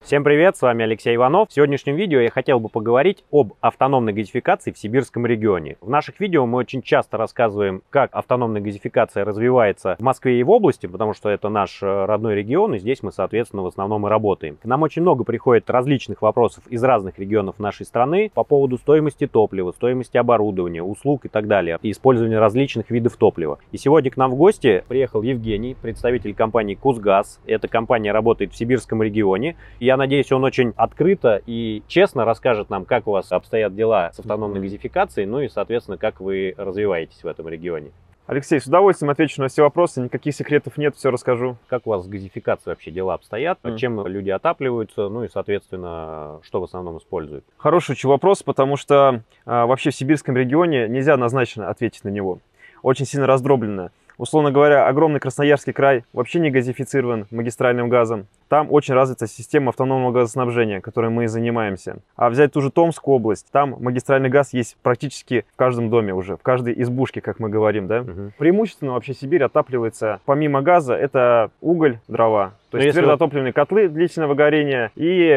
Всем привет, с вами Алексей Иванов. В сегодняшнем видео я хотел бы поговорить об автономной газификации в сибирском регионе. В наших видео мы очень часто рассказываем, как автономная газификация развивается в Москве и в области, потому что это наш родной регион, и здесь мы, соответственно, в основном и работаем. К нам очень много приходит различных вопросов из разных регионов нашей страны по поводу стоимости топлива, стоимости оборудования, услуг и так далее, и использования различных видов топлива. И сегодня к нам в гости приехал Евгений, представитель компании «Кузгаз». Эта компания работает в сибирском регионе. Я надеюсь, он очень открыто и честно расскажет нам, как у вас обстоят дела с автономной газификацией, ну и, соответственно, как вы развиваетесь в этом регионе. Алексей, с удовольствием отвечу на все вопросы, никаких секретов нет, все расскажу. Как у вас с газификацией вообще дела обстоят, чем люди отапливаются, ну и, соответственно, что в основном используют? Хороший очень вопрос, потому что вообще в сибирском регионе нельзя однозначно ответить на него. Очень сильно раздроблено. Условно говоря, огромный Красноярский край вообще не газифицирован магистральным газом. Там очень развита система автономного газоснабжения, которой мы и занимаемся. А взять ту же Томскую область, там магистральный газ есть практически в каждом доме уже, в каждой избушке, как мы говорим, да? Преимущественно вообще Сибирь отапливается, помимо газа, это уголь, дрова. То есть твердотопливные котлы длительного горения,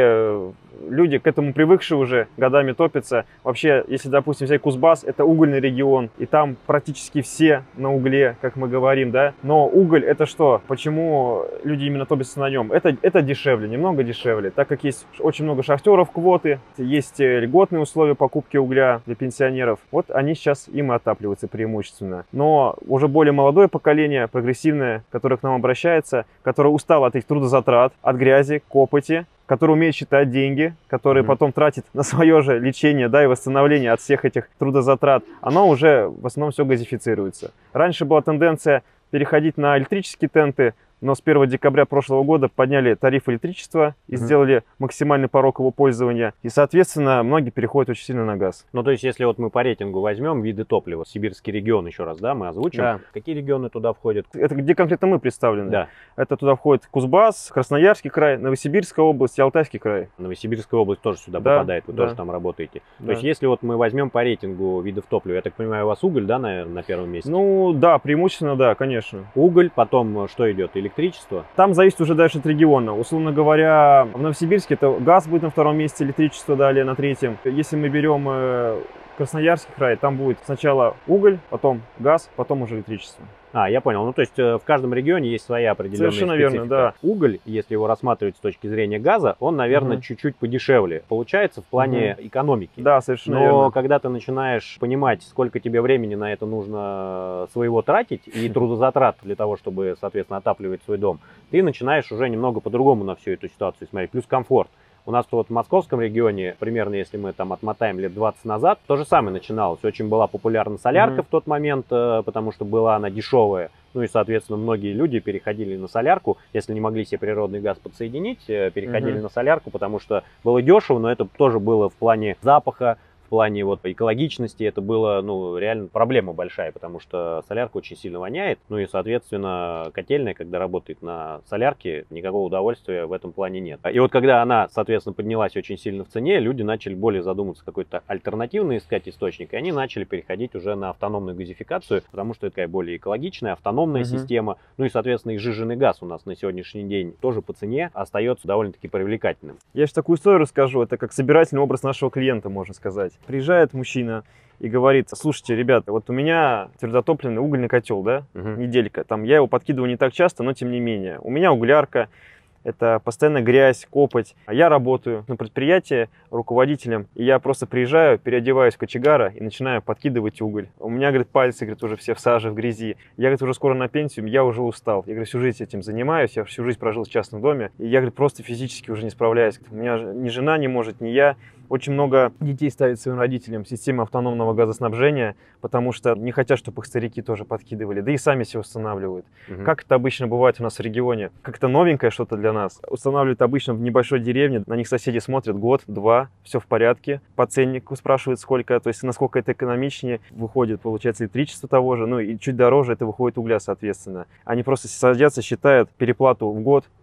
и люди к этому привыкшие уже, годами топятся. Вообще, если, допустим, взять Кузбасс, это угольный регион, и там практически все на угле, как мы говорим, да. Но уголь это что? Почему люди именно топятся на нем? Это дешевле, немного дешевле, так как есть очень много шахтеров, квоты, есть льготные условия покупки угля для пенсионеров. Вот они сейчас им и отапливаются преимущественно. Но уже более молодое поколение, прогрессивное, которое к нам обращается, которое устало от их трудозатрат, от грязи, копоти, который умеет считать деньги, которые потом тратит на свое же лечение, да, и восстановление от всех этих трудозатрат, оно уже в основном все газифицируется. Раньше была тенденция переходить на электрические тенты, но с 1 декабря прошлого года подняли тариф электричества и сделали максимальный порог его пользования. И, соответственно, многие переходят очень сильно на газ. Ну, то есть, если вот мы по рейтингу возьмем виды топлива, сибирский регион еще раз, да, мы озвучим. Да. Какие регионы туда входят? Это где конкретно мы представлены. Да. Это туда входит Кузбасс, Красноярский край, Новосибирская область и Алтайский край. Новосибирская область тоже сюда попадает, вы тоже там работаете. То есть, если вот мы возьмем по рейтингу видов топлива, я так понимаю, у вас уголь, да, наверное, на первом месте? Ну, да, преимущественно, да, конечно. Уголь, потом что идет? Электричество? Там зависит уже дальше от региона. Условно говоря, в Новосибирске это газ будет на втором месте, электричество далее на третьем. Если мы берем Красноярский край, там будет сначала уголь, потом газ, потом уже электричество. Я понял. Ну, то есть в каждом регионе есть своя определенная специфика. Совершенно верно, да. Уголь, если его рассматривать с точки зрения газа, он, наверное, чуть-чуть подешевле получается в плане экономики. Да, совершенно верно. Но когда ты начинаешь понимать, сколько тебе времени на это нужно своего тратить и трудозатрат для того, чтобы, соответственно, отапливать свой дом, ты начинаешь уже немного по-другому на всю эту ситуацию смотреть. Плюс комфорт. У нас вот в московском регионе, примерно, если мы там отмотаем лет 20 назад, то же самое начиналось. Очень была популярна солярка в тот момент, потому что была она дешевая. Ну и, соответственно, многие люди переходили на солярку. Если не могли себе природный газ подсоединить, переходили на солярку, потому что было дешево, но это тоже было в плане запаха, в плане вот экологичности, это было, ну, реально проблема большая, потому что солярка очень сильно воняет, ну и, соответственно, котельная, когда работает на солярке, никакого удовольствия в этом плане нет. И вот когда она, соответственно, поднялась очень сильно в цене, люди начали более задуматься, какой-то альтернативный искать источник, и они начали переходить уже на автономную газификацию, потому что это такая более экологичная, автономная система, ну и, соответственно, и сжиженный газ у нас на сегодняшний день тоже по цене остается довольно-таки привлекательным. Я же такую историю расскажу, это как собирательный образ нашего клиента, можно сказать. Приезжает мужчина и говорит: слушайте, ребята, вот у меня твердотопливный угольный котел, да, неделька, там я его подкидываю не так часто, но тем не менее. У меня углярка, это постоянно грязь, копоть. А я работаю на предприятии руководителем, и я просто приезжаю, переодеваюсь в кочегара и начинаю подкидывать уголь. У меня, говорит, пальцы, говорит, уже все в саже, в грязи. Я, говорит, уже скоро на пенсию, я уже устал. Я, говорит, всю жизнь этим занимаюсь, я всю жизнь прожил в частном доме, и я, говорит, просто физически уже не справляюсь. У меня ни жена не может, ни я. Очень много детей ставит своим родителям систему автономного газоснабжения, потому что не хотят, чтобы их старики тоже подкидывали, да и сами себе устанавливают. Как это обычно бывает у нас в регионе? Как-то новенькое что-то для нас. Устанавливают обычно в небольшой деревне, на них соседи смотрят год-два, все в порядке. По ценнику спрашивают, сколько, то есть насколько это экономичнее выходит, получается, электричество того же, ну и чуть дороже это выходит угля, соответственно. Они просто садятся, считают переплату в год,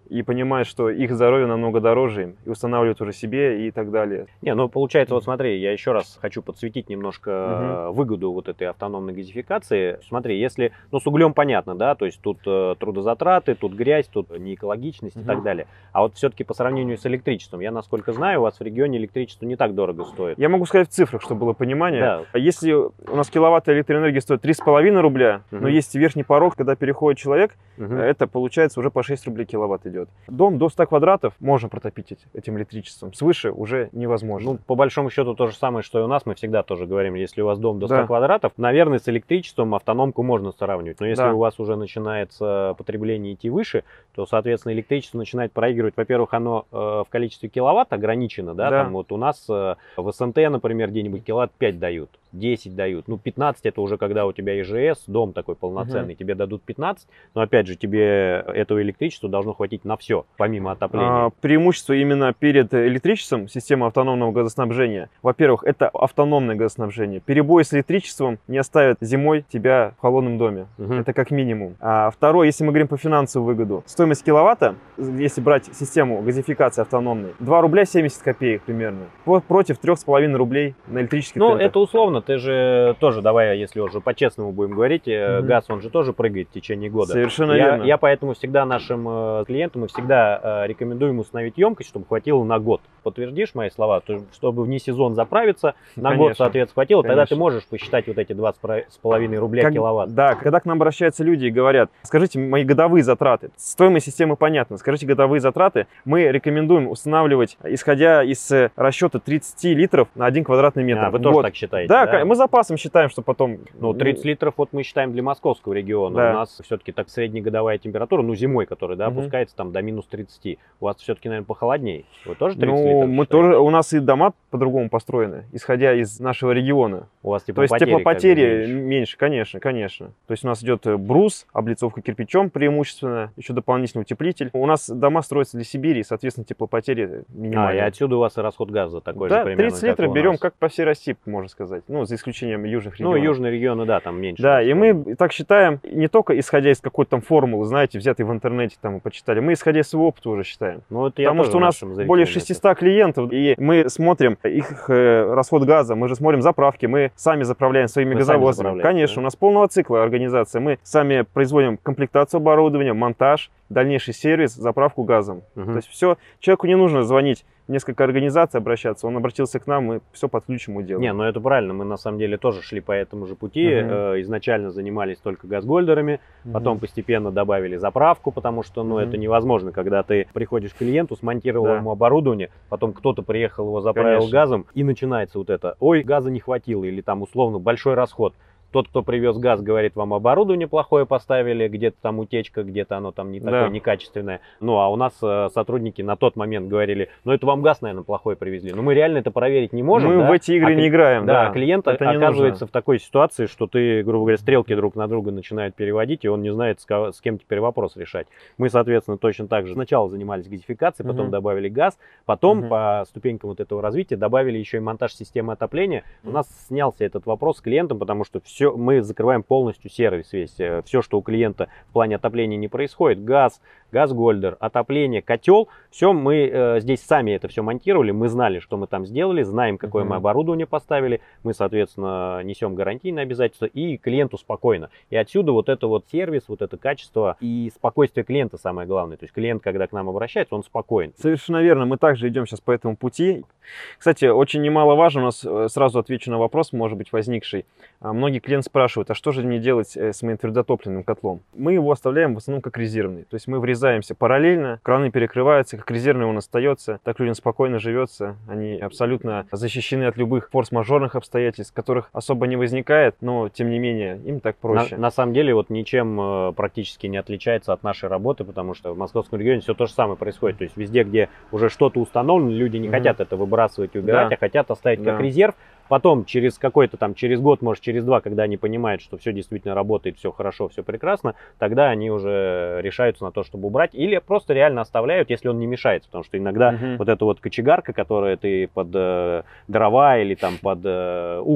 и понимают, что их здоровье намного дороже им, и устанавливают уже себе и так далее. Не, ну получается, вот смотри, я еще раз хочу подсветить немножко выгоду вот этой автономной газификации. Смотри, если, ну с углем понятно, да, то есть тут трудозатраты, тут грязь, тут неэкологичность и так далее. А вот все-таки по сравнению с электричеством, я насколько знаю, у вас в регионе электричество не так дорого стоит. Я могу сказать в цифрах, чтобы было понимание. Да. Если у нас киловатт электроэнергии стоит 3,5 рубля, но есть верхний порог, когда переходит человек, это получается уже по 6 рублей киловатт идет. Дом до 100 квадратов можно протопить этим электричеством, свыше уже невозможно. Ну, по большому счету то же самое, что и у нас, мы всегда тоже говорим, если у вас дом до 100 квадратов, наверное, с электричеством автономку можно сравнивать, но если у вас уже начинается потребление идти выше, то, соответственно, электричество начинает проигрывать. Во-первых, оно в количестве киловатт ограничено, да, там вот у нас в СНТ, например, где-нибудь киловатт 5 дают, 10 дают, ну 15 это уже когда у тебя ИЖС, дом такой полноценный, тебе дадут 15, но опять же тебе этого электричества должно хватить на все, помимо отопления. Преимущество именно перед электричеством системы автономного газоснабжения, во-первых, это автономное газоснабжение. Перебои с электричеством не оставят зимой тебя в холодном доме, это как минимум. А второе, если мы говорим по финансовую выгоду, стоимость киловатта, если брать систему газификации автономной, 2 рубля 70 копеек примерно, против 3,5 рублей на электрических Ну, тендах. это условно, ты же тоже, давай, если уже по-честному будем говорить, газ, он же тоже прыгает в течение года. Совершенно верно. Я поэтому всегда нашим клиентам и всегда рекомендуем установить емкость, чтобы хватило на год. Подтвердишь мои слова? Чтобы вне сезон заправиться, на год, соответственно, хватило, тогда ты можешь посчитать вот эти 2,5 рубля киловатт. Да, когда к нам обращаются люди и говорят, скажите мои годовые затраты, стоимость системы понятна, скажите годовые затраты, мы рекомендуем устанавливать, исходя из расчета 30 литров на 1 квадратный метр. Вы тоже так считаете? Да, мы запасом считаем, что потом... Ну, 30 литров вот мы считаем для московского региона. У нас все-таки так среднегодовая температура, ну, зимой, которая, да, опускается там до минус 30. У вас все-таки, наверное, похолоднее. Вы тоже 30 литров мы тоже, у нас и дома по-другому построены, исходя из нашего региона. У вас То есть теплопотери меньше, конечно. То есть у нас идет брус, облицовка кирпичом преимущественно, еще дополнительный утеплитель. У нас дома строятся для Сибири, и, соответственно, теплопотери минимальные. И отсюда у вас и расход газа такой же примерно. 30 литров берем как по всей России, можно сказать. Ну, за исключением южных регионов. Ну, южные регионы, да, там меньше. Да, и мы так считаем, не только исходя из какой-то там формулы, знаете, взятой в интернете там и почитали, мы исходя из своего опыта уже считаем. Ну, это потому что у нас более 600 клиентов, и мы смотрим их расход газа, мы же смотрим заправки, мы сами заправляем своими газовозами. Конечно, у нас полного цикла организация. Мы сами производим комплектацию оборудования, монтаж, дальнейший сервис, заправку газом. То есть все, человеку не нужно звонить в несколько организаций, обращаться, он обратился к нам, мы все под ключ ему делаем. Не, ну это правильно, мы на самом деле тоже шли по этому же пути, изначально занимались только газгольдерами, потом постепенно добавили заправку, потому что, ну, это невозможно, когда ты приходишь к клиенту, смонтировал ему оборудование, потом кто-то приехал, его заправил газом, и начинается вот это, ой, газа не хватило, или там условно большой расход. Тот, кто привез газ, говорит, вам оборудование плохое поставили, где-то там утечка, где-то оно там не такое некачественное. Ну, а у нас сотрудники на тот момент говорили, ну, это вам газ, наверное, плохой привезли. Но мы реально это проверить не можем. Мы в эти игры не играем. Да, клиент оказывается в такой ситуации, что ты, грубо говоря, стрелки друг на друга начинают переводить, и он не знает, с кем теперь вопрос решать. Мы, соответственно, точно так же сначала занимались газификацией, потом добавили газ, потом по ступенькам вот этого развития добавили еще и монтаж системы отопления. У нас снялся этот вопрос с клиентом, потому что мы закрываем полностью сервис весь. Все, что у клиента в плане отопления не происходит, газ, газгольдер, отопление, котел, все мы здесь сами это все монтировали, мы знали, что мы там сделали, знаем, какое мы оборудование поставили, мы, соответственно, несем гарантийные обязательства, и клиенту спокойно. И отсюда вот это вот сервис, вот это качество и спокойствие клиента самое главное. То есть клиент, когда к нам обращается, он спокоен. Совершенно верно, мы также идем сейчас по этому пути. Кстати, очень немаловажно, у нас сразу отвечу на вопрос, может быть, возникший. Многие клиенты спрашивают, а что же мне делать с моим твердотопливным котлом? Мы его оставляем в основном как резервный. То есть мы врезаемся параллельно, краны перекрываются, как резервный он остается. Так людям спокойно живется. Они абсолютно защищены от любых форс-мажорных обстоятельств, которых особо не возникает, но тем не менее им так проще. На самом деле вот ничем практически не отличается от нашей работы, потому что в московском регионе все то же самое происходит. То есть везде, где уже что-то установлено, люди не хотят это выбрасывать и убирать, а хотят оставить как резерв. Потом через какой-то там, через год, может через два, когда они понимают, что все действительно работает, все хорошо, все прекрасно, тогда они уже решаются на то, чтобы убрать, или просто реально оставляют, если он не мешается, потому что иногда вот эта вот кочегарка, которая ты под дрова или там под уголь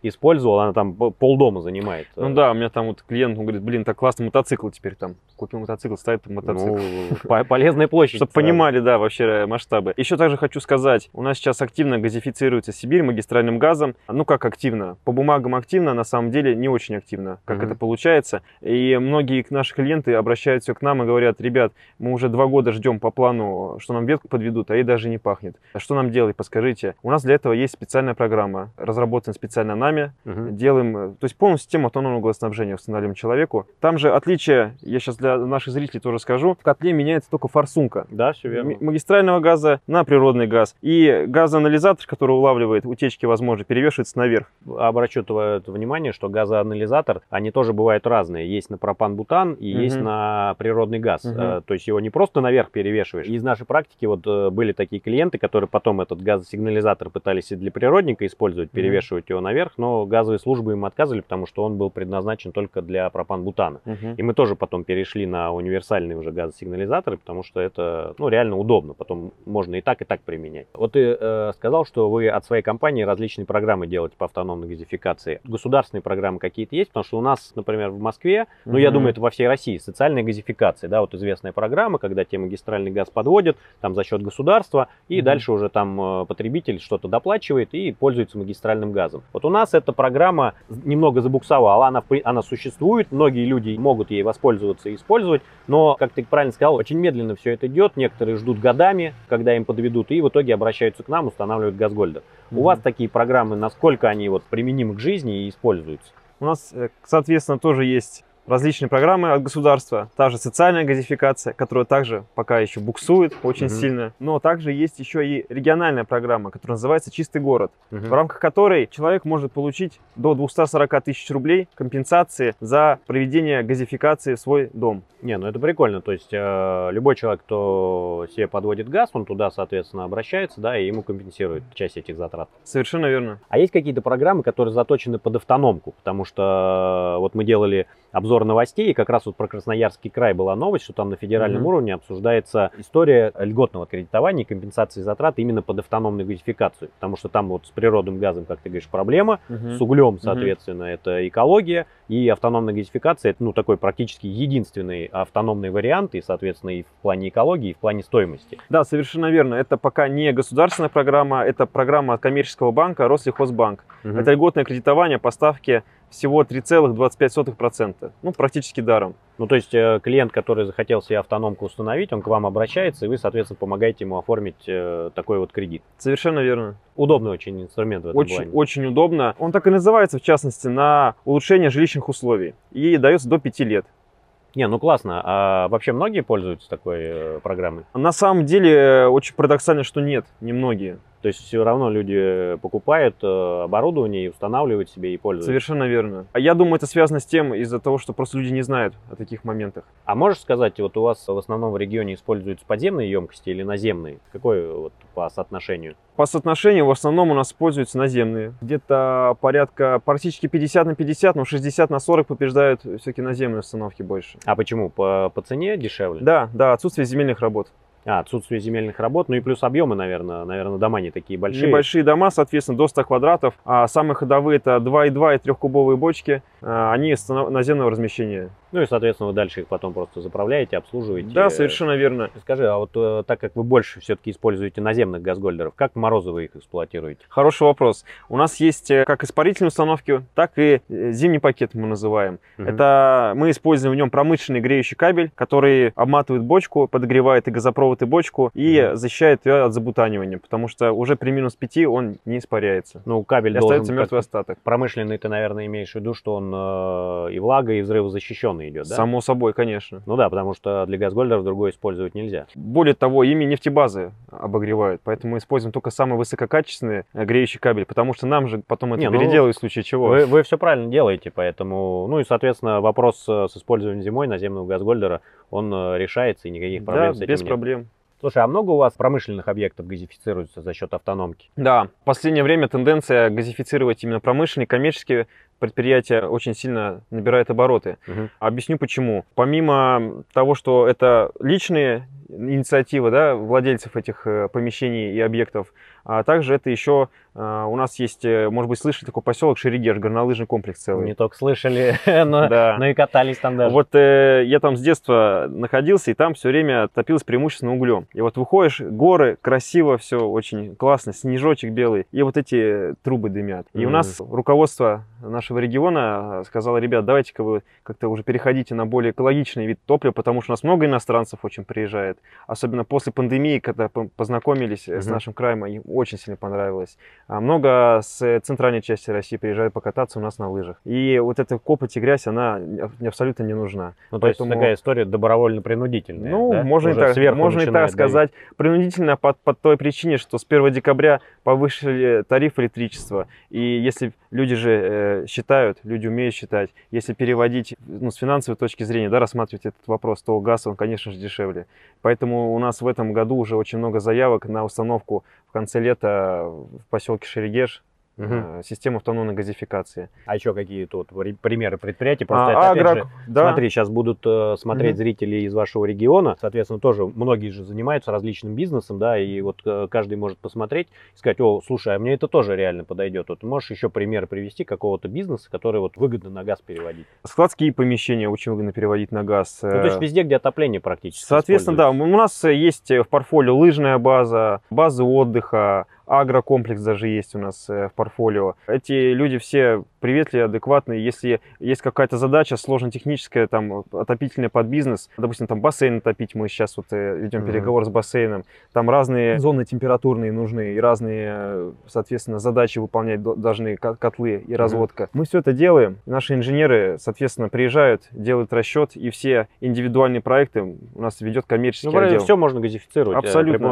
использовал, она там полдома занимает. Ну да, у меня там вот клиент, он говорит, блин, так классно мотоцикл теперь там. Купил мотоцикл, ставит там мотоцикл. Ну, полезная площадь. Чтобы понимали, да, вообще масштабы. Еще также хочу сказать, у нас сейчас активно газифицируется Сибирь магистральным газом. Ну как активно? По бумагам активно, на самом деле не очень активно, как это получается. И многие наши клиенты обращаются к нам и говорят, ребят, мы уже 2 года ждем по плану, что нам ветку подведут, а ей даже не пахнет. Что нам делать, подскажите? У нас для этого есть специальная программа, разработанная специально нами. Делаем, то есть полную систему автономного газоснабжения устанавливаем человеку. Там же отличие, я сейчас для наших зрителей тоже скажу, в котле меняется только форсунка. Да, все верно. Магистрального газа на природный газ. И газоанализатор, который улавливает утечки, возможно, перевешивается наверх. Обращу твое внимание, что газоанализатор, они тоже бывают разные. Есть на пропан-бутан и есть на природный газ. То есть его не просто наверх перевешиваешь. Из нашей практики вот были такие клиенты, которые потом этот газосигнализатор пытались и для природника использовать, перевешивать его наверх, но газовые службы им отказывали, потому что он был предназначен только для пропан-бутана. И мы тоже потом перешли на универсальные уже газосигнализаторы, потому что это, ну, реально удобно. Потом можно и так применять. Вот ты сказал, что вы от своей компании различные программы делаете по автономной газификации. Государственные программы какие-то есть? Потому что у нас, например, в Москве, ну, я думаю, это во всей России, социальная газификация, да, вот известная программа, когда тебе магистральный газ подводят, там за счет государства, и дальше уже там потребитель что-то доплачивает и пользуется магистральным газом. Вот у нас эта программа немного забуксовала, она существует, многие люди могут ей воспользоваться и использовать, но, как ты правильно сказал, очень медленно все это идет, некоторые ждут годами, когда им подведут, и в итоге обращаются к нам, устанавливают Газгольдер. У вас такие программы, насколько они вот применимы к жизни и используются? У нас, соответственно, тоже есть различные программы от государства, та же социальная газификация, которая также пока еще буксует очень сильно, но также есть еще и региональная программа, которая называется «Чистый город», в рамках которой человек может получить до 240 тысяч рублей компенсации за проведение газификации в свой дом. Не, ну это прикольно, то есть любой человек, кто себе подводит газ, он туда, соответственно, обращается, да, и ему компенсирует часть этих затрат. Совершенно верно. А есть какие-то программы, которые заточены под автономку? Потому что вот мы делали обзор новостей, и как раз вот про Красноярский край была новость, что там на федеральном уровне обсуждается история льготного кредитования и компенсации затрат именно под автономную газификацию. Потому что там вот с природным газом, как ты говоришь, проблема, с углем, соответственно, это экология, и автономная газификация, это, ну, такой практически единственный автономный вариант, и, соответственно, и в плане экологии, и в плане стоимости. Да, совершенно верно. Это пока не государственная программа, это программа от коммерческого банка Рослехозбанк. Это льготное кредитование по ставке всего 3,25%. Ну, практически даром. Ну, то есть клиент, который захотел себе автономку установить, он к вам обращается, и вы, соответственно, помогаете ему оформить такой вот кредит. Совершенно верно. Удобный очень инструмент в этом плане. Очень удобно. Он так и называется, в частности, на улучшение жилищных условий. И дается до 5 лет. Не, ну классно. А вообще многие пользуются такой программой? На самом деле, очень парадоксально, что нет, немногие. То есть все равно люди покупают оборудование и устанавливают себе и пользуются. Совершенно верно. А я думаю, это связано с тем, из-за того, что просто люди не знают о таких моментах. А можешь сказать, вот у вас в основном в регионе используются подземные емкости или наземные? Какое вот по соотношению? По соотношению в основном у нас используются наземные. Где-то порядка практически 50 на 50, но 60 на 40 побеждают все-таки наземные установки больше. А почему? По цене дешевле? Да, отсутствие земельных работ. Отсутствие земельных работ, ну и плюс объемы, наверное, дома не такие большие. Небольшие дома, соответственно, до 100 квадратов, а самые ходовые это 2,2 и 3-кубовые бочки, они наземного размещения. Ну и, соответственно, вы дальше их потом просто заправляете, обслуживаете. Да, совершенно верно. Скажи, а вот так как вы больше все-таки используете наземных газгольдеров, как в морозы вы их эксплуатируете? Хороший вопрос. У нас есть как испарительные установки, так и зимний пакет мы называем. Это мы используем в нем промышленный греющий кабель, который обматывает бочку, подогревает и газопровод, и бочку, и защищает ее от забутанивания, потому что уже при минус 5 он не испаряется. Ну, кабель и должен... остается мертвый остаток. Промышленный ты, наверное, имеешь в виду, что он и влага, и взрывозащищенный идет, да? Само собой, конечно. Ну да, потому что для газгольдеров другое использовать нельзя. Более того, ими нефтебазы обогревают, поэтому мы используем только самый высококачественный греющий кабель, потому что нам же потом это переделают в случае чего. Вы все правильно делаете, поэтому... Ну и, соответственно, вопрос с использованием зимой наземного газгольдера, он решается, и никаких проблем с этим без нет. проблем. Слушай, а много у вас промышленных объектов газифицируется за счет автономки? Да, в последнее время тенденция газифицировать именно промышленные, коммерческие предприятие очень сильно набирает обороты. Мгм. Объясню почему. Помимо того, что это личные инициативы, да, владельцев этих помещений и объектов, а также это еще у нас есть, может быть, слышали такой поселок Шерегеш, горнолыжный комплекс целый. Не только слышали, Да. но и катались там даже. Вот я там с детства находился, и там все время топилось преимущественно углем. И вот выходишь, горы, красиво, все очень классно, снежочек белый, и вот эти трубы дымят. И у нас руководство нашего региона сказало: ребят, давайте-ка вы как-то уже переходите на более экологичный вид топлива, потому что у нас много иностранцев очень приезжает. Особенно после пандемии, когда познакомились с нашим краем, им очень сильно понравилось. Много с центральной части России приезжают покататься у нас на лыжах. И вот эта копоть и грязь, она абсолютно не нужна. Ну, то есть такая история добровольно-принудительная. Ну, да? можно и так сказать. Принудительно по той причине, что с 1 декабря повысили тариф электричества. И если люди же считают, люди умеют считать, если переводить с финансовой точки зрения, да, рассматривать этот вопрос, то газ, он, конечно же, дешевле. Поэтому у нас в этом году уже очень много заявок на установку в конце лета в поселке Шерегеш системы автономной газификации. А еще какие-то вот примеры предприятий? Просто опять же, да. Смотри, сейчас будут смотреть зрители из вашего региона. Соответственно, тоже многие же занимаются различным бизнесом, да, и вот каждый может посмотреть и сказать: о, слушай, а мне это тоже реально подойдет. Вот можешь еще примеры привести какого-то бизнеса, который вот выгодно на газ переводить? Складские помещения очень выгодно переводить на газ. Ну, то есть везде, где отопление практически. Соответственно, да, у нас есть в портфолио лыжная база, базы отдыха, агрокомплекс даже есть у нас в портфолио. Эти люди все приветливые, адекватные. Если есть какая-то задача сложно-техническая, там, отопительная под бизнес, допустим, там бассейн отопить, мы сейчас вот ведем переговор с бассейном, там разные зоны температурные нужны и разные, соответственно, задачи выполнять должны котлы и разводка. Мы все это делаем. Наши инженеры, соответственно, приезжают, делают расчет, и все индивидуальные проекты у нас ведет коммерческий отдел. Все можно газифицировать. Абсолютно,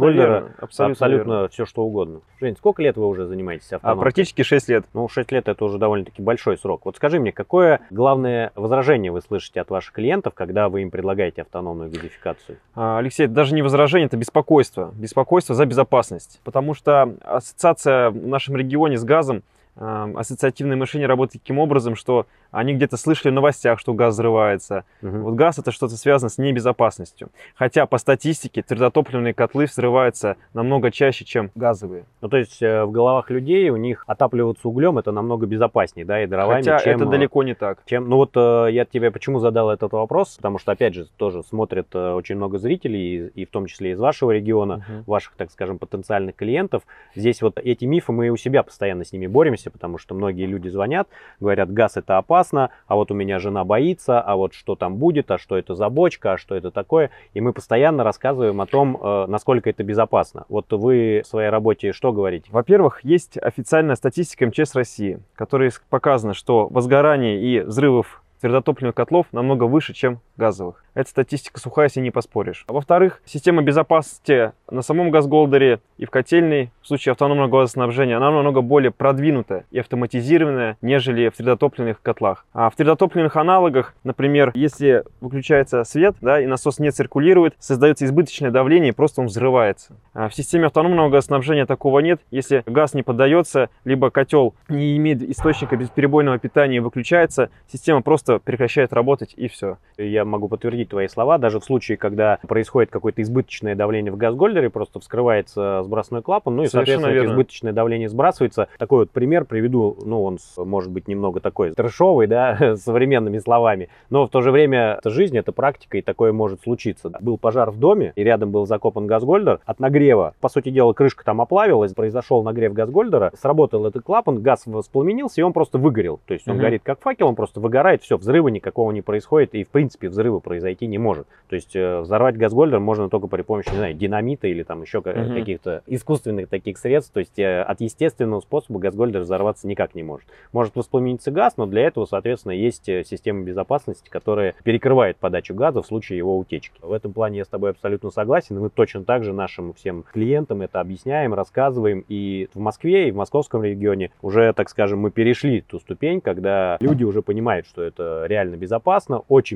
абсолютно все что угодно. Жень, сколько лет вы уже занимаетесь автономкой? Практически 6 лет. Ну, 6 лет это уже довольно-таки большой срок. Вот скажи мне, какое главное возражение вы слышите от ваших клиентов, когда вы им предлагаете автономную газификацию? Алексей, это даже не возражение, это беспокойство. Беспокойство за безопасность. Потому что ассоциация в нашем регионе с газом, ассоциативное мышление работает таким образом, что они где-то слышали в новостях, что газ взрывается. Вот газ — это что-то связано с небезопасностью. Хотя по статистике твердотопливные котлы взрываются намного чаще, чем газовые. Ну, то есть в головах людей у них отапливаться углем — это намного безопаснее, да, и дровами, хотя это далеко не так. Ну вот я тебе почему задал этот вопрос, потому что, опять же, тоже смотрят очень много зрителей, и в том числе из вашего региона, ваших, так скажем, потенциальных клиентов. Здесь вот эти мифы, мы у себя постоянно с ними боремся, потому что многие люди звонят, говорят: газ — это опасно, а вот у меня жена боится, а вот что там будет, а что это за бочка, а что это такое. И мы постоянно рассказываем о том, насколько это безопасно. Вот вы в своей работе что говорите? Во-первых, есть официальная статистика МЧС России, в которой показано, что возгорание и взрывов твердотопливных котлов намного выше, чем газовых. Эта статистика сухая, если не поспоришь. А во-вторых, система безопасности на самом Газголдере и в котельной, в случае автономного газоснабжения, она намного более продвинутая и автоматизированная, нежели в твердотопливных котлах. А в твердотопливных аналогах, например, если выключается свет, да, и насос не циркулирует, создается избыточное давление, и просто он взрывается. А в системе автономного газоснабжения такого нет. Если газ не поддается, либо котел не имеет источника бесперебойного питания и выключается, система просто прекращает работать, и все. Я могу подтвердить твои слова. Даже в случае, когда происходит какое-то избыточное давление в Газгольдере, просто вскрывается сбросной клапан, ну и, соответственно, это избыточное давление сбрасывается. Такой вот пример приведу, ну, он может быть немного такой трэшовый, да, современными словами, но в то же время это жизнь, это практика, и такое может случиться. Был пожар в доме, и рядом был закопан Газгольдер. От нагрева, по сути дела, крышка там оплавилась, произошел нагрев Газгольдера, сработал этот клапан, газ воспламенился, и он просто выгорел. То есть он горит как факел, он просто выгорает, все, взрыва никакого не происходит, и в принципе взрыва произойти не может. То есть взорвать Газгольдер можно только при помощи, не знаю, динамита или там еще каких-то искусственных таких средств. То есть от естественного способа Газгольдер взорваться никак не может. Может воспламениться газ, но для этого, соответственно, есть система безопасности, которая перекрывает подачу газа в случае его утечки. В этом плане я с тобой абсолютно согласен. Мы точно так же нашим всем клиентам это объясняем, рассказываем. И в Москве, и в московском регионе уже, так скажем, мы перешли ту ступень, когда люди уже понимают, что это реально безопасно. Очень много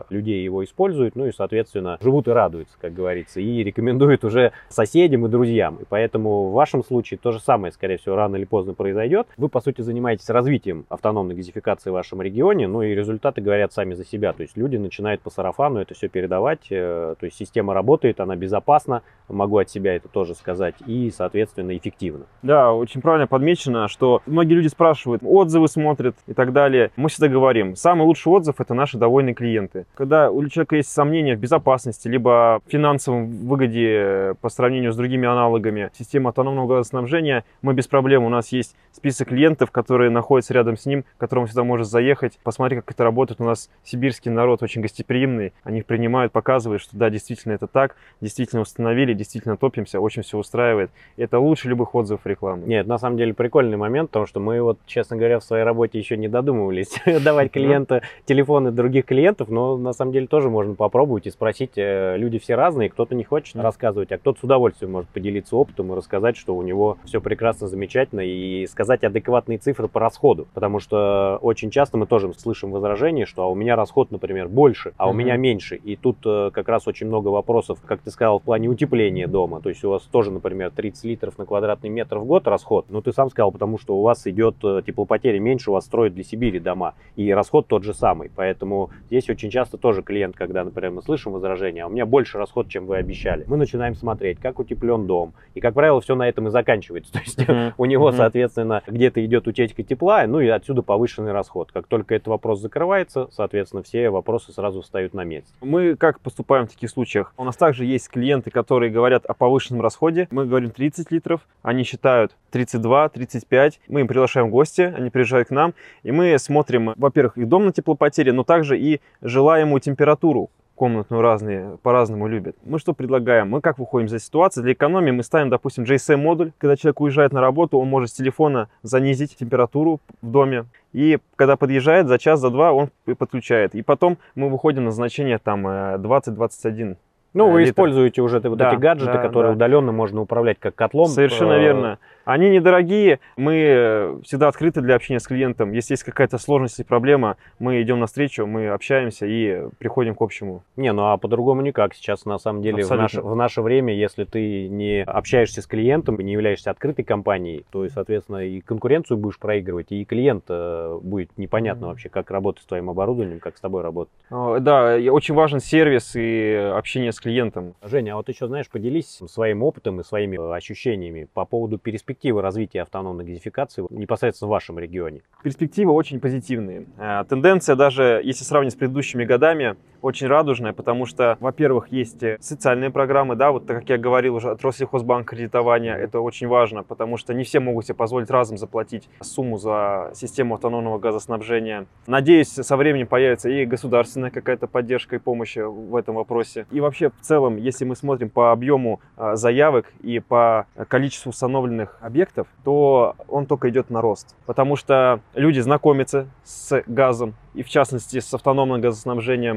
много людей его используют, ну и, соответственно, живут и радуются, как говорится, и рекомендуют уже соседям и друзьям. И поэтому в вашем случае то же самое, скорее всего, рано или поздно произойдет. Вы, по сути, занимаетесь развитием автономной газификации в вашем регионе, ну и результаты говорят сами за себя. То есть люди начинают по сарафану это все передавать, то есть система работает, она безопасна, могу от себя это тоже сказать, и, соответственно, эффективно. Да, очень правильно подмечено, что многие люди спрашивают, отзывы смотрят и так далее. Мы всегда говорим, самый лучший отзыв – это наши довольные клиенты. Когда у человека есть сомнения в безопасности, либо в финансовом выгоде по сравнению с другими аналогами системы автономного газоснабжения, мы без проблем, у нас есть список клиентов, которые находятся рядом с ним, к которому всегда может заехать, посмотреть, как это работает. У нас сибирский народ очень гостеприимный, они их принимают, показывают, что да, действительно это так, действительно установили, действительно топимся, очень все устраивает. Это лучше любых отзывов рекламы. Нет, на самом деле прикольный момент, потому что мы вот, честно говоря, в своей работе еще не додумывались давать клиенту телефоны других клиентов, но на самом деле тоже можно попробовать и спросить. Люди все разные, кто-то не хочет рассказывать, а кто-то с удовольствием может поделиться опытом и рассказать, что у него все прекрасно, замечательно, и сказать адекватные цифры по расходу, потому что очень часто мы тоже слышим возражение, что у меня расход, например, больше, а у меня меньше, и тут как раз очень много вопросов, как ты сказал, в плане утепления дома, то есть у вас тоже, например, 30 литров на квадратный метр в год расход, но ты сам сказал, потому что у вас идет теплопотери меньше, у вас строят для Сибири дома, и расход тот же самый, поэтому здесь очень часто тоже клиент, когда, например, мы слышим возражение, а у меня больше расход, чем вы обещали, мы начинаем смотреть, как утеплен дом, и, как правило, все на этом и заканчивается, то есть у него, соответственно, где-то идет утечка тепла, ну и отсюда повышенный расход. Как только этот вопрос закрывается, соответственно, все вопросы сразу встают на место. Мы как поступаем в таких случаях? У нас также есть клиенты, которые говорят о повышенном расходе. Мы говорим 30 литров, они считают 32, 35. Мы им приглашаем в гости, они приезжают к нам, и мы смотрим, во-первых, их дом на теплопотери, но также и желаемую температуру комнатную разные, по-разному любят. Мы что предлагаем? Мы как выходим из этой ситуации? Для экономии мы ставим, допустим, GSM-модуль. Когда человек уезжает на работу, он может с телефона занизить температуру в доме. И когда подъезжает, за час, за два он подключает. И потом мы выходим на значение там 20-21. Ну, вы литр. используете уже вот эти гаджеты, которые удаленно можно управлять как котлом. Совершенно верно. Они недорогие, мы всегда открыты для общения с клиентом. Если есть какая-то сложность и проблема, мы идем навстречу, мы общаемся и приходим к общему. Не, ну а по-другому никак. Сейчас, на самом деле, в наше время, если ты не общаешься с клиентом, не являешься открытой компанией, то, соответственно, и конкуренцию будешь проигрывать, и клиент будет непонятно вообще, как работать с твоим оборудованием, как с тобой работать. Да, очень важен сервис и общение с клиентом. Женя, а вот еще, знаешь, поделись своим опытом и своими ощущениями по поводу перспективы развития автономной газификации непосредственно в вашем регионе. Перспективы очень позитивные. Тенденция, даже если сравнить с предыдущими годами, очень радужная, потому что, во-первых, есть социальные программы, да, вот как я говорил уже, от Россельхозбанка кредитования, это очень важно, потому что не все могут себе позволить разом заплатить сумму за систему автономного газоснабжения. Надеюсь, со временем появится и государственная какая-то поддержка и помощь в этом вопросе. И вообще, в целом, если мы смотрим по объему заявок и по количеству установленных объектов, то он только идет на рост, потому что люди знакомятся с газом, и в частности с автономным газоснабжением.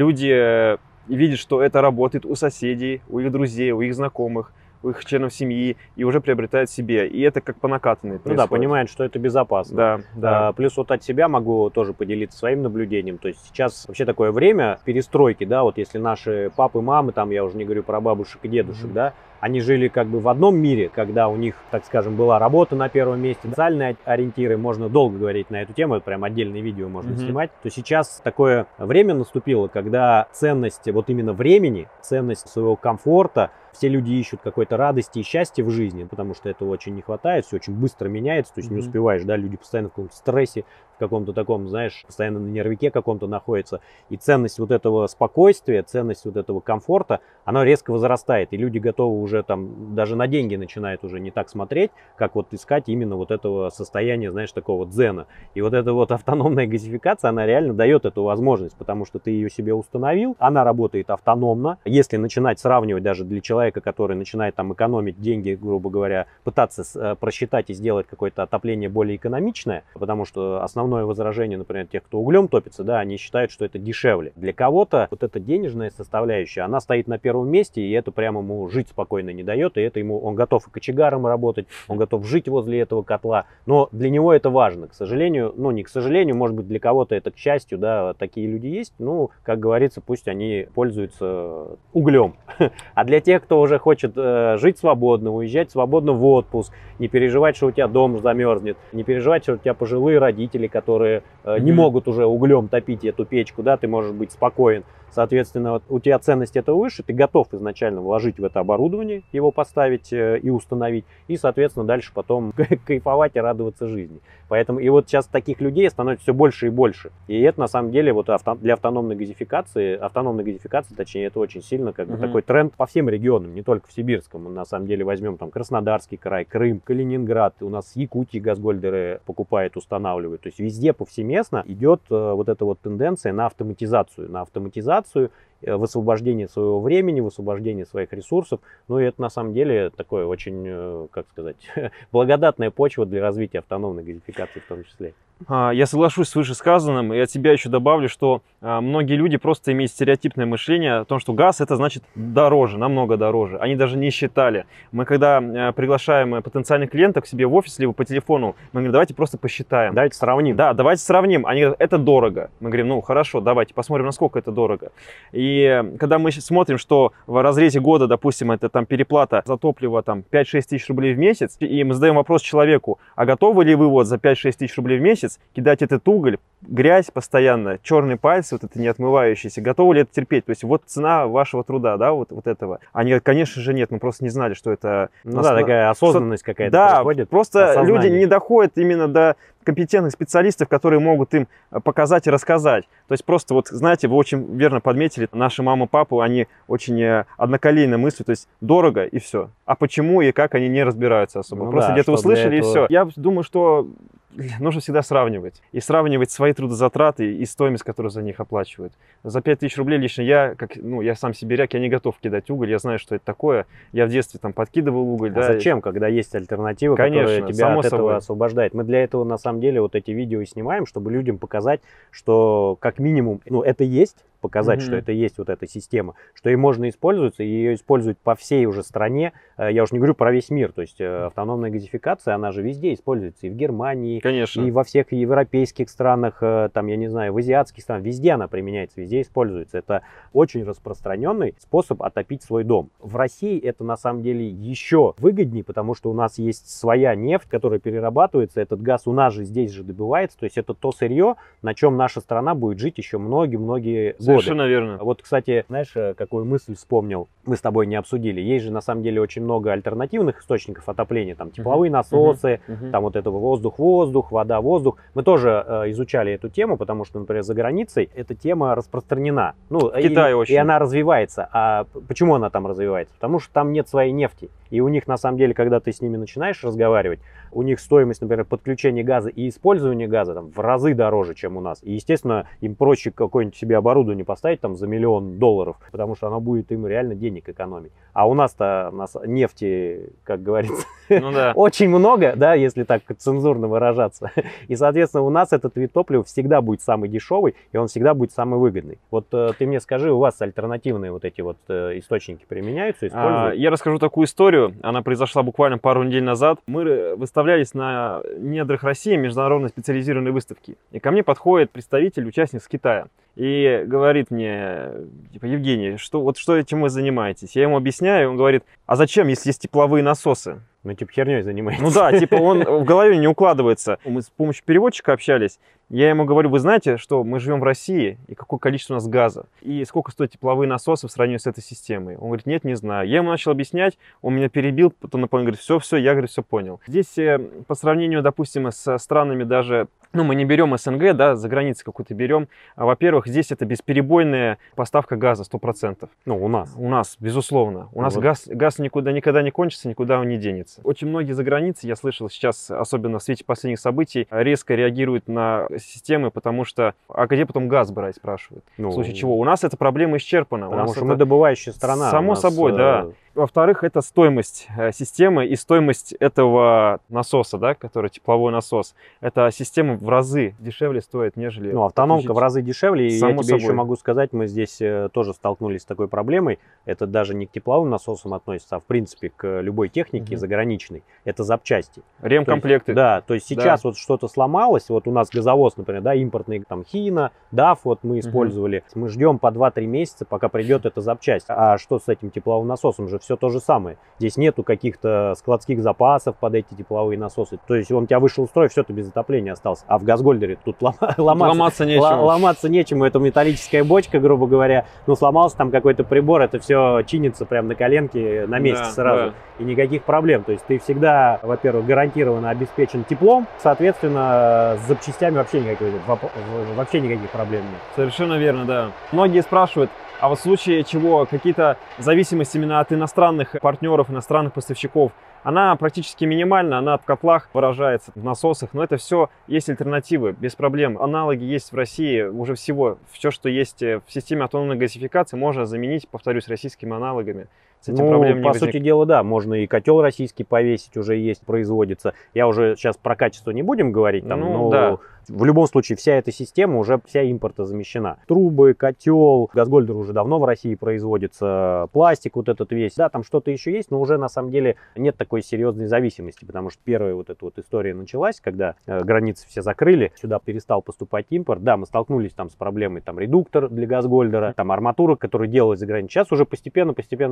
Люди видят, что это работает у соседей, у их друзей, у их знакомых, у их членов семьи, и уже приобретают себе. И это как по накатанной происходит. Ну да, понимают, что это безопасно. Да, да. Плюс вот от себя могу тоже поделиться своим наблюдением. То есть сейчас вообще такое время перестройки, да, вот если наши папы, мамы, там я уже не говорю про бабушек и дедушек, да, они жили как бы в одном мире, когда у них, так скажем, была работа на первом месте, социальные ориентиры, можно долго говорить на эту тему, это прям отдельное видео можно снимать, то сейчас такое время наступило, когда ценность вот именно времени, ценность своего комфорта, все люди ищут какой-то радости и счастья в жизни, потому что этого очень не хватает, все очень быстро меняется, то есть не успеваешь, да, люди постоянно в каком-то стрессе, в каком-то таком, знаешь, постоянно на нервике каком-то находятся, и ценность вот этого спокойствия, ценность вот этого комфорта, она резко возрастает, и люди готовы уже там, даже на деньги начинают уже не так смотреть, как вот искать именно вот этого состояния, знаешь, такого дзена. И вот эта вот автономная газификация, она реально дает эту возможность, потому что ты ее себе установил, она работает автономно. Если начинать сравнивать даже для человека, который начинает там экономить деньги, грубо говоря, пытаться просчитать и сделать какое-то отопление более экономичное, потому что основной основное возражение, например, тех, кто углем топится, да, они считают, что это дешевле. Для кого-то вот эта денежная составляющая, она стоит на первом месте, и это прямо ему жить спокойно не дает, и это ему, он готов и кочегаром работать, он готов жить возле этого котла, но для него это важно, к сожалению, ну не к сожалению, может быть для кого-то это к счастью, да, такие люди есть, ну, как говорится, пусть они пользуются углем. А для тех, кто уже хочет жить свободно, уезжать свободно в отпуск, не переживать, что у тебя дом замерзнет, не переживать, что у тебя пожилые родители, которые не могут уже углем топить эту печку, да, ты можешь быть спокоен. Соответственно, вот у тебя ценность этого выше, ты готов изначально вложить в это оборудование, его поставить и установить, и, соответственно, дальше потом кайфовать и радоваться жизни. Поэтому и вот сейчас таких людей становится все больше и больше. И это, на самом деле, вот для автономной газификации, точнее, это очень сильно как бы такой тренд по всем регионам, не только в Сибирском. Мы, на самом деле, возьмем там Краснодарский край, Крым, Калининград, у нас Якутии газгольдеры покупают, устанавливают. То есть везде повсеместно идет вот эта вот тенденция на автоматизацию, в освобождение своего времени, в освобождение своих ресурсов. Ну и это на самом деле такое очень, как сказать, благодатная почва для развития автономной газификации в том числе. Я соглашусь с вышесказанным, и от себя еще добавлю, что многие люди просто имеют стереотипное мышление о том, что газ это значит дороже, намного дороже. Они даже не считали. Мы когда приглашаем потенциальных клиентов к себе в офис, либо по телефону, мы говорим, давайте просто посчитаем. Давайте сравним. Да, давайте сравним. Они говорят, это дорого. Мы говорим, ну хорошо, давайте посмотрим, насколько это дорого. И когда мы смотрим, что в разрезе года, допустим, это там переплата за топливо там 5-6 тысяч рублей в месяц, и мы задаем вопрос человеку, а готовы ли вы вот за 5-6 тысяч рублей в месяц кидать этот уголь, грязь постоянно, черные пальцы, вот это не отмывающиеся, готовы ли это терпеть? То есть вот цена вашего труда, да, вот этого. Они говорят, конечно же нет, мы просто не знали, что это... Ну да, такая осознанность какая-то происходит. Да, просто осознание. Люди не доходят именно до компетентных специалистов, которые могут им показать и рассказать. То есть просто вот, знаете, вы очень верно подметили, наши мамы, папы, они очень одноколейно мыслят, то есть дорого и все. А почему и как они не разбираются особо. Ну просто да, где-то услышали и этого... все. Я думаю, что нужно всегда сравнивать. И сравнивать свои трудозатраты и стоимость, которую за них оплачивают. За 5000 рублей лично я сам сибиряк, я не готов кидать уголь, я знаю, что это такое. Я в детстве там подкидывал уголь. А зачем, когда есть альтернатива, которая тебя от этого освобождает? Мы для этого, на самом деле, вот эти видео и снимаем, чтобы людям показать, что как минимум, это есть, показать, что это есть вот эта система, что ее можно использовать, и ее используют по всей уже стране. Я уж не говорю про весь мир, то есть автономная газификация, она же везде используется, и в Германии, конечно, и во всех европейских странах, там, я не знаю, в азиатских странах, везде она применяется, везде используется. Это очень распространенный способ отопить свой дом. В России это на самом деле еще выгоднее, потому что у нас есть своя нефть, которая перерабатывается, этот газ у нас же здесь же добывается, то есть это то сырье, на чем наша страна будет жить еще многие-многие годы. Совершенно верно. Вот, кстати, знаешь, какую мысль вспомнил, мы с тобой не обсудили. Есть же на самом деле очень много альтернативных источников отопления, там тепловые насосы, там вот этого воздух-воздух, вода-воздух. Мы тоже изучали эту тему, потому что, например, за границей эта тема распространена. В Китае очень. И она развивается. А почему она там развивается? Потому что там нет своей нефти. И у них, на самом деле, когда ты с ними начинаешь разговаривать, у них стоимость, например, подключения газа и использования газа там в разы дороже, чем у нас. И, естественно, им проще какое-нибудь себе оборудование поставить там за $1 миллион, потому что оно будет им реально денег экономить. А у нас-то нефти, как говорится, очень много, да, если так цензурно выражаться. И, соответственно, у нас этот вид топлива всегда будет самый дешевый, и он всегда будет самый выгодный. Вот ты мне скажи, у вас альтернативные вот эти вот источники применяются, используют? Я расскажу такую историю. Она произошла буквально пару недель назад. Мы выставлялись на недрах России международной специализированной выставки. И ко мне подходит представитель, участник с Китая. И говорит мне, типа, Евгений, что этим вы занимаетесь? Я ему объясняю, и он говорит, а зачем, если есть тепловые насосы? Ну, типа, херней занимается. Ну да, типа, он в голове не укладывается. Мы с помощью переводчика общались. Я ему говорю, вы знаете, что мы живем в России, и какое количество у нас газа, и сколько стоят тепловые насосы в сравнении с этой системой? Он говорит, нет, не знаю. Я ему начал объяснять, он меня перебил, потом он говорит, все, я, говорю, все понял. Здесь по сравнению, допустим, с странами даже, мы не берем СНГ, да, за границей какую-то берем. Во-первых, здесь это бесперебойная поставка газа 100%. У нас. У нас, безусловно. У нас газ никогда не кончится, никуда он не денется. Очень многие за границей, я слышал сейчас, особенно в свете последних событий, резко реагируют на системы, потому что, а где потом газ брать, спрашивают. В случае чего? У нас эта проблема исчерпана. Потому что мы добывающая страна. Само собой, да. Во-вторых, это стоимость системы и стоимость этого насоса, да, который тепловой насос. Эта система в разы дешевле стоит, нежели... Ну, автономка в разы дешевле. И я тебе собой. еще могу сказать, мы здесь тоже столкнулись с такой проблемой. Это даже не к тепловым насосам относится, а в принципе к любой технике заграничной. Это запчасти. Ремкомплекты. Да, то есть сейчас вот что-то сломалось. Вот у нас газовоз, например, да, импортный там Хина, DAF, вот мы использовали. Мы ждем по 2-3 месяца, пока придет эта запчасть. А что с этим тепловым насосом? Же все то же самое. Здесь нету каких-то складских запасов под эти тепловые насосы. То есть он у тебя вышел из строя, все, ты без отопления остался. А в Газгольдере тут ломаться нечему. Это металлическая бочка, грубо говоря. Ну, сломался там какой-то прибор, это все чинится прям на коленке на месте сразу. И никаких проблем. То есть ты всегда, во-первых, гарантированно обеспечен теплом. Соответственно, с запчастями вообще никаких проблем нет. Совершенно верно, да. Многие спрашивают, а вот в случае чего какие-то зависимости именно от иностранных партнеров, иностранных поставщиков, она практически минимальна, она в котлах выражается, в насосах, но это все есть альтернативы, без проблем. Аналоги есть в России уже всего. Все, что есть в системе автономной газификации, можно заменить, повторюсь, российскими аналогами. С этим проблем не по сути дела, да, можно и котел российский повесить, уже есть, производится. Я уже сейчас про качество не будем говорить, там, но да. В любом случае вся эта система уже вся импорта замещена. Трубы, котел, Газгольдер уже давно в России производится, пластик вот этот весь. Да, там что-то еще есть, но уже на самом деле нет такой серьезной зависимости, потому что первая вот эта вот история началась, когда границы все закрыли, сюда перестал поступать импорт. Да, мы столкнулись там с проблемой, там редуктор для Газгольдера, там арматура, которая делалась за границей. Сейчас уже постепенно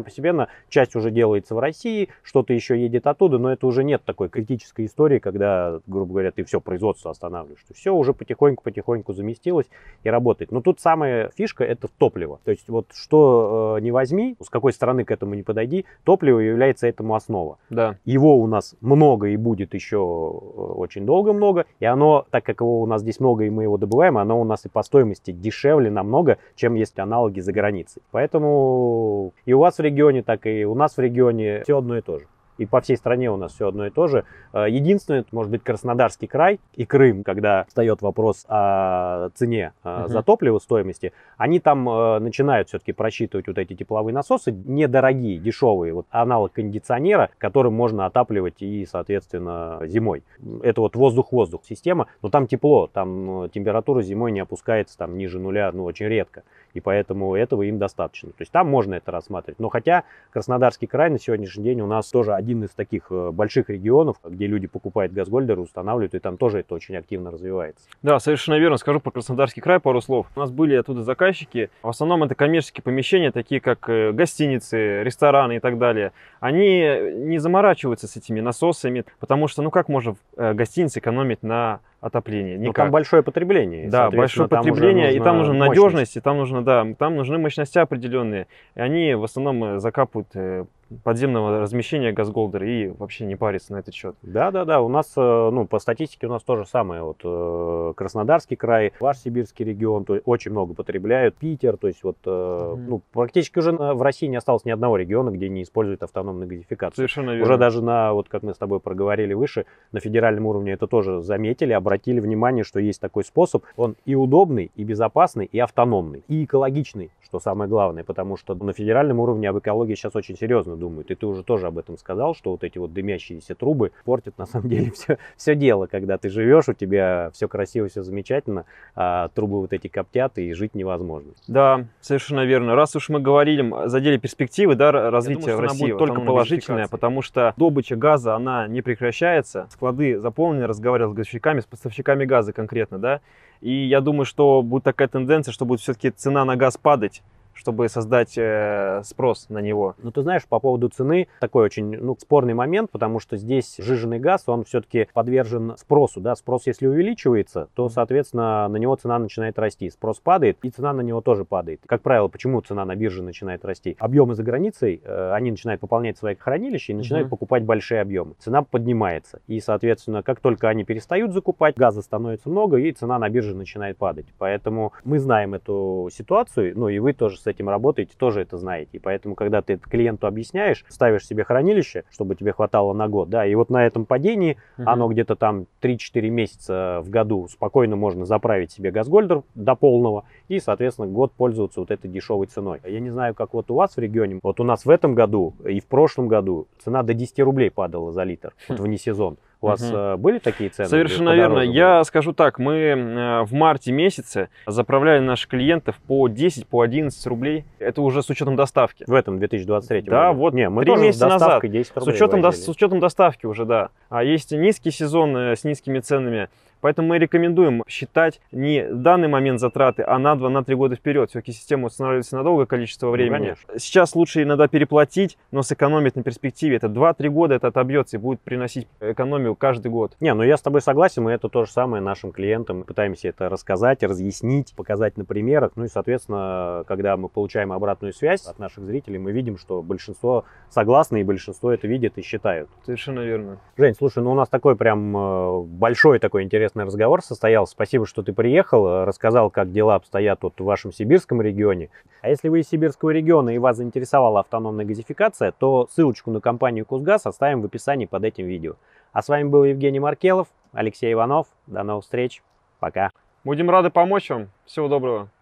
часть уже делается в России, что-то еще едет оттуда, но это уже нет такой критической истории, когда, грубо говоря, ты все производство останавливаешь. Все уже потихоньку заместилось и работает. Но тут самая фишка — это топливо. То есть вот что не возьми, с какой стороны к этому не подойди, топливо является этому основа. Да. Его у нас много и будет еще очень долго много. И оно, так как его у нас здесь много и мы его добываем, оно у нас и по стоимости дешевле намного, чем есть аналоги за границей. Поэтому и у вас в регионе, так и у нас в регионе все одно и то же. И по всей стране у нас все одно и то же. Единственное, это может быть Краснодарский край и Крым, когда встает вопрос о цене за топливо, стоимости, они там начинают все-таки просчитывать вот эти тепловые насосы, недорогие, дешевые, вот аналог кондиционера, которым можно отапливать и, соответственно, зимой. Это вот воздух-воздух система, но там тепло, там температура зимой не опускается там ниже нуля, ну, очень редко. И поэтому этого им достаточно. То есть там можно это рассматривать. Но хотя Краснодарский край на сегодняшний день у нас тоже один из таких больших регионов, где люди покупают Газгольдер, устанавливают, и там тоже это очень активно развивается. Да, совершенно верно. Скажу про Краснодарский край пару слов. У нас были оттуда заказчики. В основном это коммерческие помещения, такие как гостиницы, рестораны и так далее. Они не заморачиваются с этими насосами, потому что, ну как можно в гостинице экономить на отопление? Никак. Но там большое потребление. Да, большое потребление, и там нужна надежность, и там нужны мощности определенные. И они в основном закапывают подземного размещения Газгольдера и вообще не парятся на этот счет. Да, у нас, ну, по статистике у нас то же самое. Вот Краснодарский край, ваш сибирский регион, то есть очень много потребляют. Питер, то есть вот, ну, практически уже в России не осталось ни одного региона, где не используют автономную газификацию. Совершенно верно. Уже даже на, вот как мы с тобой проговорили выше, на федеральном уровне это тоже заметили, обратили внимание, что есть такой способ. Он и удобный, и безопасный, и автономный, и экологичный, что самое главное, потому что на федеральном уровне об экологии сейчас очень серьезно думают. И ты уже тоже об этом сказал, что вот эти вот дымящиеся трубы портят на самом деле все дело, когда ты живешь, у тебя все красиво, все замечательно, а трубы вот эти коптят, и жить невозможно. Да, совершенно верно. Раз уж мы говорим, задели перспективы, да, развития в России, будет только положительное, потому что добыча газа, она не прекращается. Склады заполнены, разговаривал с газовщиками, с поставщиками газа конкретно, да. И я думаю, что будет такая тенденция, что будет все-таки цена на газ падать, чтобы создать спрос на него. Ну, ты знаешь, по поводу цены такой очень, ну, спорный момент, потому что здесь сжиженный газ, он все-таки подвержен спросу, да, спрос если увеличивается, то, соответственно, на него цена начинает расти, спрос падает, и цена на него тоже падает. Как правило, почему цена на бирже начинает расти? Объемы за границей, они начинают пополнять свои хранилища и начинают покупать большие объемы. Цена поднимается, и, соответственно, как только они перестают закупать, газа становится много, и цена на бирже начинает падать. Поэтому мы знаем эту ситуацию, ну, и вы тоже с этим работаете, тоже это знаете. И поэтому, когда ты это клиенту объясняешь, ставишь себе хранилище, чтобы тебе хватало на год, да, и вот на этом падении, оно где-то там 3-4 месяца в году спокойно можно заправить себе газгольдер до полного и, соответственно, год пользоваться вот этой дешевой ценой. Я не знаю, как вот у вас в регионе, вот у нас в этом году и в прошлом году цена до 10 рублей падала за литр, вот вне сезон. У вас были такие цены? Совершенно верно. Я скажу так, мы в марте месяце заправляли наших клиентов по 10, по 11 рублей. Это уже с учетом доставки. В этом 2023 Да, году? вот Не, мы 3 тоже месяца с доставкой назад. 10 рублей С учетом доставки уже, да. А есть низкий сезон с низкими ценами. Поэтому мы рекомендуем считать не в данный момент затраты, а на 2-3 года вперед. Все-таки система устанавливается на долгое количество времени. Сейчас лучше иногда переплатить, но сэкономить на перспективе. Это 2-3 года это отобьется и будет приносить экономию каждый год. Не, ну я с тобой согласен, мы это то же самое нашим клиентам. Пытаемся это рассказать, разъяснить, показать на примерах. Ну и, соответственно, когда мы получаем обратную связь от наших зрителей, мы видим, что большинство согласны и большинство это видит и считают. Совершенно верно. Жень, слушай, ну у нас такой прям большой такой интересный разговор состоялся. Спасибо, что ты приехал, рассказал, как дела обстоят вот в вашем сибирском регионе. А если вы из сибирского региона и вас заинтересовала автономная газификация, то ссылочку на компанию Кузгаз оставим в описании под этим видео. А с вами был Евгений Маркелов, Алексей Иванов. До новых встреч. Пока. Будем рады помочь вам. Всего доброго.